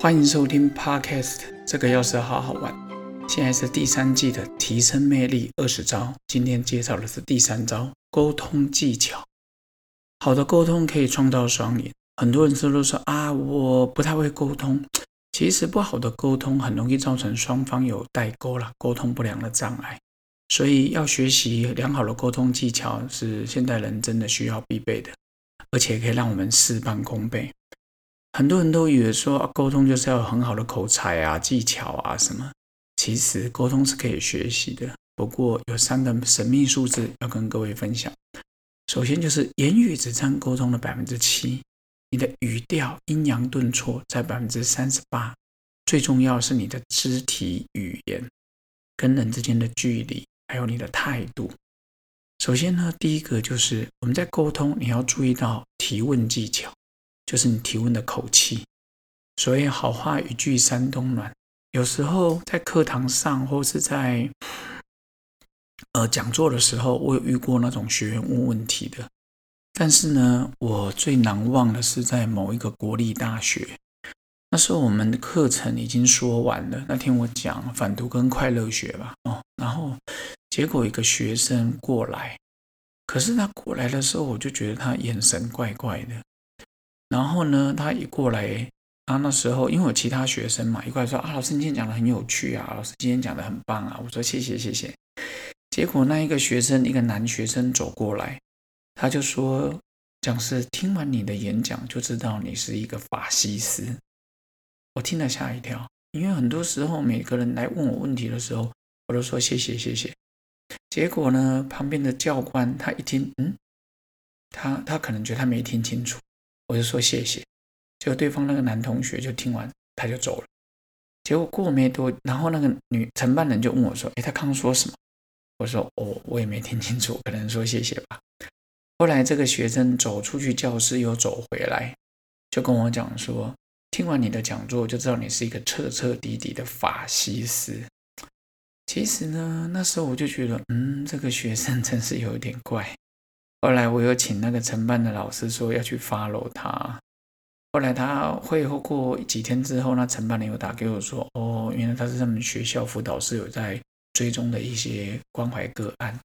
欢迎收听 Podcast， 这个要是好好玩。现在是第3季的提升魅力20招，今天介绍的是第3招，沟通技巧。好的沟通可以创造双赢。很多人都说我不太会沟通，其实不好的沟通很容易造成双方有代沟啦，沟通不良的障碍。所以要学习良好的沟通技巧是现代人真的需要必备的，而且可以让我们事半功倍。很多人都以为说沟通就是要有很好的口才技巧什么，其实沟通是可以学习的。不过有3个神秘数字要跟各位分享。首先就是言语只占沟通的 7%， 你的语调阴阳顿挫在 38%， 最重要的是你的肢体语言跟人之间的距离，还有你的态度。首先呢，第一个就是我们在沟通，你要注意到提问技巧，就是你提问的口气。所谓好话语句三冬暖，有时候在课堂上或是在讲座的时候，我有遇过那种学员问问题的。但是呢，我最难忘的是在某一个国立大学，那时候我们的课程已经说完了，那天我讲反读跟快乐学吧，然后结果一个学生过来，可是他过来的时候，我就觉得他眼神怪怪的。然后呢，他一过来，那时候因为有其他学生嘛，一过来说老师你今天讲的很有趣老师今天讲的很棒我说谢谢。结果那一个学生，一个男学生走过来，他就说，讲师听完你的演讲就知道你是一个法西斯。我听了吓一跳，因为很多时候每个人来问我问题的时候，我都说谢谢。结果呢，旁边的教官他一听，他可能觉得他没听清楚，我就说谢谢。结果对方那个男同学就听完他就走了。结果过没多，然后那个承办人就问我说他刚刚说什么？我说我也没听清楚，可能说谢谢吧。后来这个学生走出去教室又走回来，就跟我讲说，听完你的讲座就知道你是一个彻彻底底的法西斯。其实呢，那时候我就觉得这个学生真是有点怪。后来我又请那个承办的老师说要去 follow 他。后来他会后过几天之后，那承办人又打给我说原来他是他们学校辅导室有在追踪的一些关怀个案。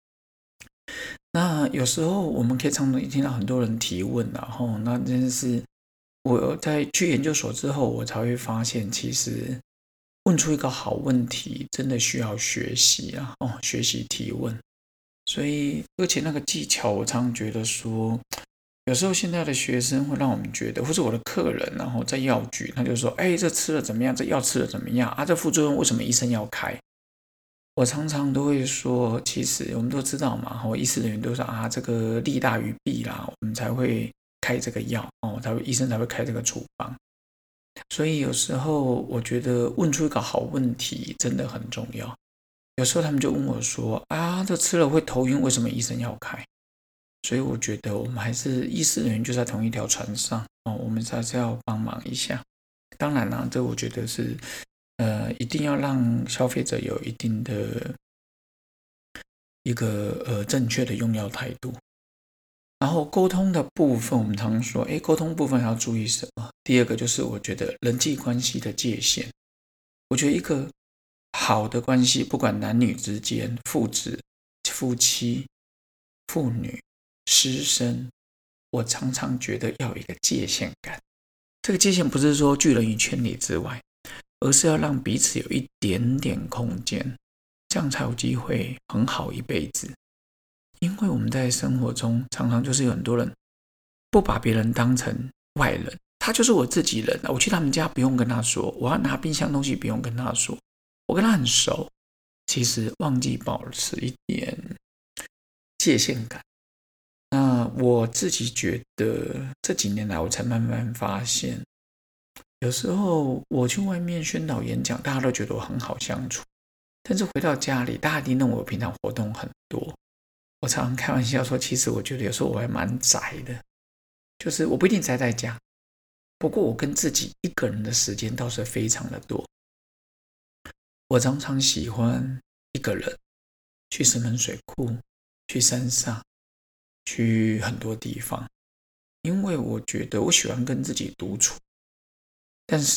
那有时候我们可以常常听到很多人提问，那真是我在去研究所之后，我才会发现，其实问出一个好问题，真的需要学习学习提问。所以，而且那个技巧，我常常觉得说，有时候现在的学生会让我们觉得，或者我的客人，然后在药局，他就说，这吃了怎么样？这药吃了怎么样这副作用为什么医生要开？我常常都会说，其实我们都知道嘛，医师人员都说这个利大于弊啦，我们才会开这个药医生才会开这个处方。所以有时候我觉得问出一个好问题真的很重要。有时候他们就问我说这吃了会头晕，为什么医生要开？所以我觉得我们还是医师人员就在同一条船上我们还是要帮忙一下。当然啦，这我觉得是一定要让消费者有一定的一个正确的用药态度。然后沟通的部分，我们常说沟通部分要注意什么？第二个就是我觉得人际关系的界限。我觉得一个好的关系，不管男女之间、父子、夫妻、父女、师生，我常常觉得要有一个界限感。这个界限不是说拒人于千里之外，而是要让彼此有一点点空间，这样才有机会很好一辈子。因为我们在生活中常常就是有很多人不把别人当成外人，他就是我自己人我去他们家不用跟他说，我要拿冰箱东西不用跟他说，我跟他很熟，其实忘记保持一点界限感。那我自己觉得这几年来我才慢慢发现，有时候我去外面宣导演讲，大家都觉得我很好相处，但是回到家里，大家一定认为我平常活动很多。我常常开玩笑说，其实我觉得有时候我还蛮宅的，就是我不一定宅在家，不过我跟自己一个人的时间倒是非常的多。我常常喜欢一个人去石门水库，去山上，去很多地方，因为我觉得我喜欢跟自己独处。但是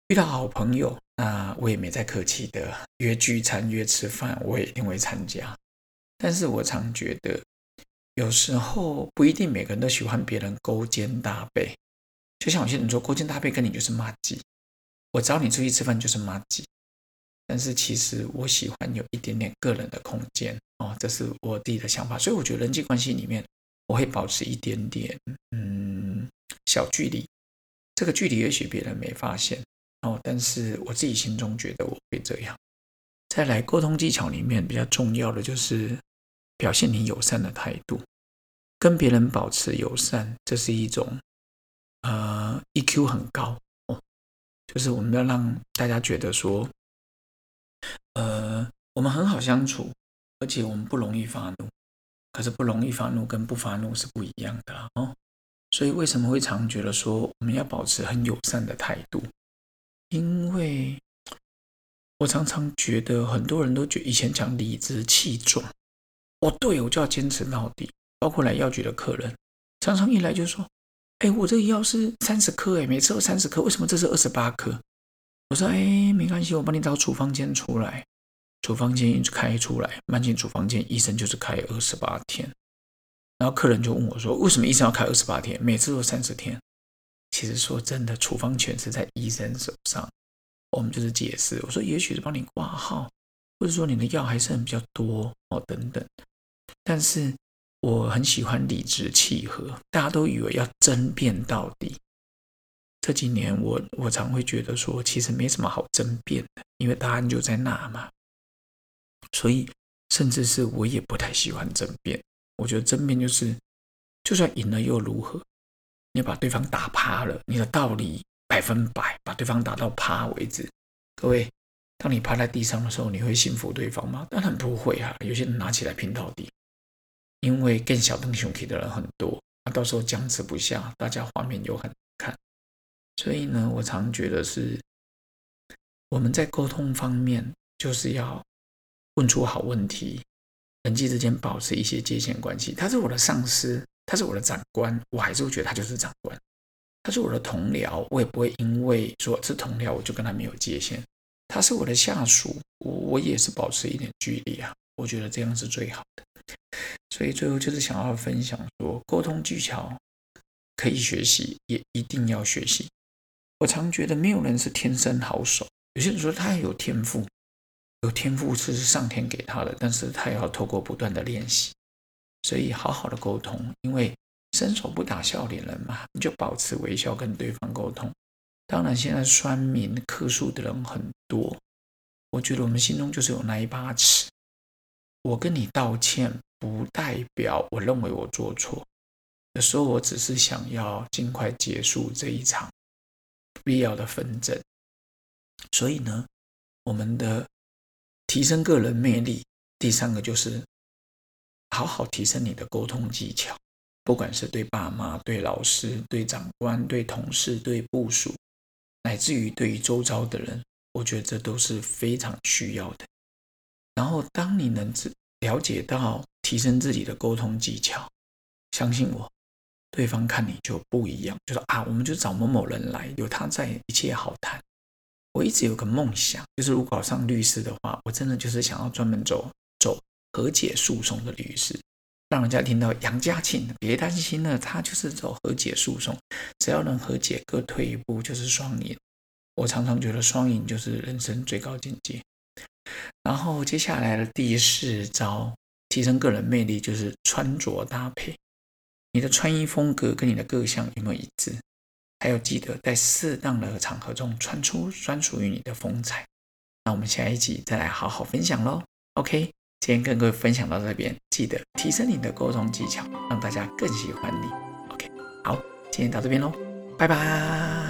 遇到好朋友，那我也没再客气的，约聚餐约吃饭，我也一定会参加。但是我常觉得，有时候不一定每个人都喜欢别人勾肩搭背。就像有些人说，勾肩搭背跟你就是麻吉，我找你出去吃饭就是麻吉。但是其实我喜欢有一点点个人的空间哦，这是我自己的想法。所以我觉得人际关系里面，我会保持一点点小距离。这个距离也许别人没发现哦，但是我自己心中觉得我会这样。再来，沟通技巧里面比较重要的就是表现你友善的态度，跟别人保持友善，这是一种EQ 很高哦，就是我们要让大家觉得说，我们很好相处，而且我们不容易发怒。可是不容易发怒跟不发怒是不一样的哦。所以为什么会常觉得说我们要保持很友善的态度？因为我常常觉得很多人都觉得以前讲理直气壮，对我就要坚持到底。包括来药局的客人，常常一来就说：“我这个药是30颗，每次有30颗，为什么这是28颗？”我说：“没关系，我帮你找处方笺出来。”处方笺一开出来，慢性处方笺医生就是开28天。然后客人就问我说：“为什么医生要开28天？每次都30天？”其实说真的，处方权是在医生手上。我们就是解释，我说也许是帮你挂号，或者说你的药还是很比较多等等。但是我很喜欢理直气和，大家都以为要争辩到底。这几年我常会觉得说，其实没什么好争辩的，因为答案就在那嘛。所以甚至是我也不太喜欢争辩。我觉得争辩就是，就算赢了又如何？你把对方打趴了，你的道理100%，把对方打到趴为止。各位，当你趴在地上的时候，你会信服对方吗？当然不会啊。有些人拿起来拼到底，因为更小灯熊体的人很多，到时候僵持不下，大家画面又很难看。所以呢，我常觉得是我们在沟通方面，就是要问出好问题，人际之间保持一些界限关系。他是我的上司，他是我的长官，我还是会觉得他就是长官。他是我的同僚，我也不会因为说是同僚我就跟他没有界限。他是我的下属，我也是保持一点距离啊。我觉得这样是最好的。所以最后就是想要分享说，沟通技巧可以学习，也一定要学习。我常觉得没有人是天生好手，有些人说他有天赋，有天赋是上天给他的，但是他也要透过不断的练习。所以好好的沟通，因为伸手不打笑脸人嘛，你就保持微笑跟对方沟通。当然现在酸民客诉的人很多，我觉得我们心中就是有那一把尺。我跟你道歉不代表我认为我做错，有时候我只是想要尽快结束这一场不必要的纷争。所以呢，我们的提升个人魅力，第3个就是好好提升你的沟通技巧，不管是对爸妈、对老师、对长官、对同事、对部属，乃至于对于周遭的人，我觉得这都是非常需要的。然后当你能了解到提升自己的沟通技巧，相信我，对方看你就不一样，就说我们就找某某人来，有他在一切好谈。我一直有个梦想，就是如果考上律师的话，我真的就是想要专门走和解诉讼的律师，让人家听到杨家庆别担心了，他就是走和解诉讼，只要能和解，各退一步就是双赢。我常常觉得双赢就是人生最高境界。然后接下来的第4招提升个人魅力，就是穿着搭配。你的穿衣风格跟你的个性有没有一致？还有记得在适当的场合中穿出专属于你的风采。那我们下一集再来好好分享咯。 OK， 今天跟各位分享到这边，记得提升你的沟通技巧，让大家更喜欢你。 OK， 好，今天到这边咯，拜拜。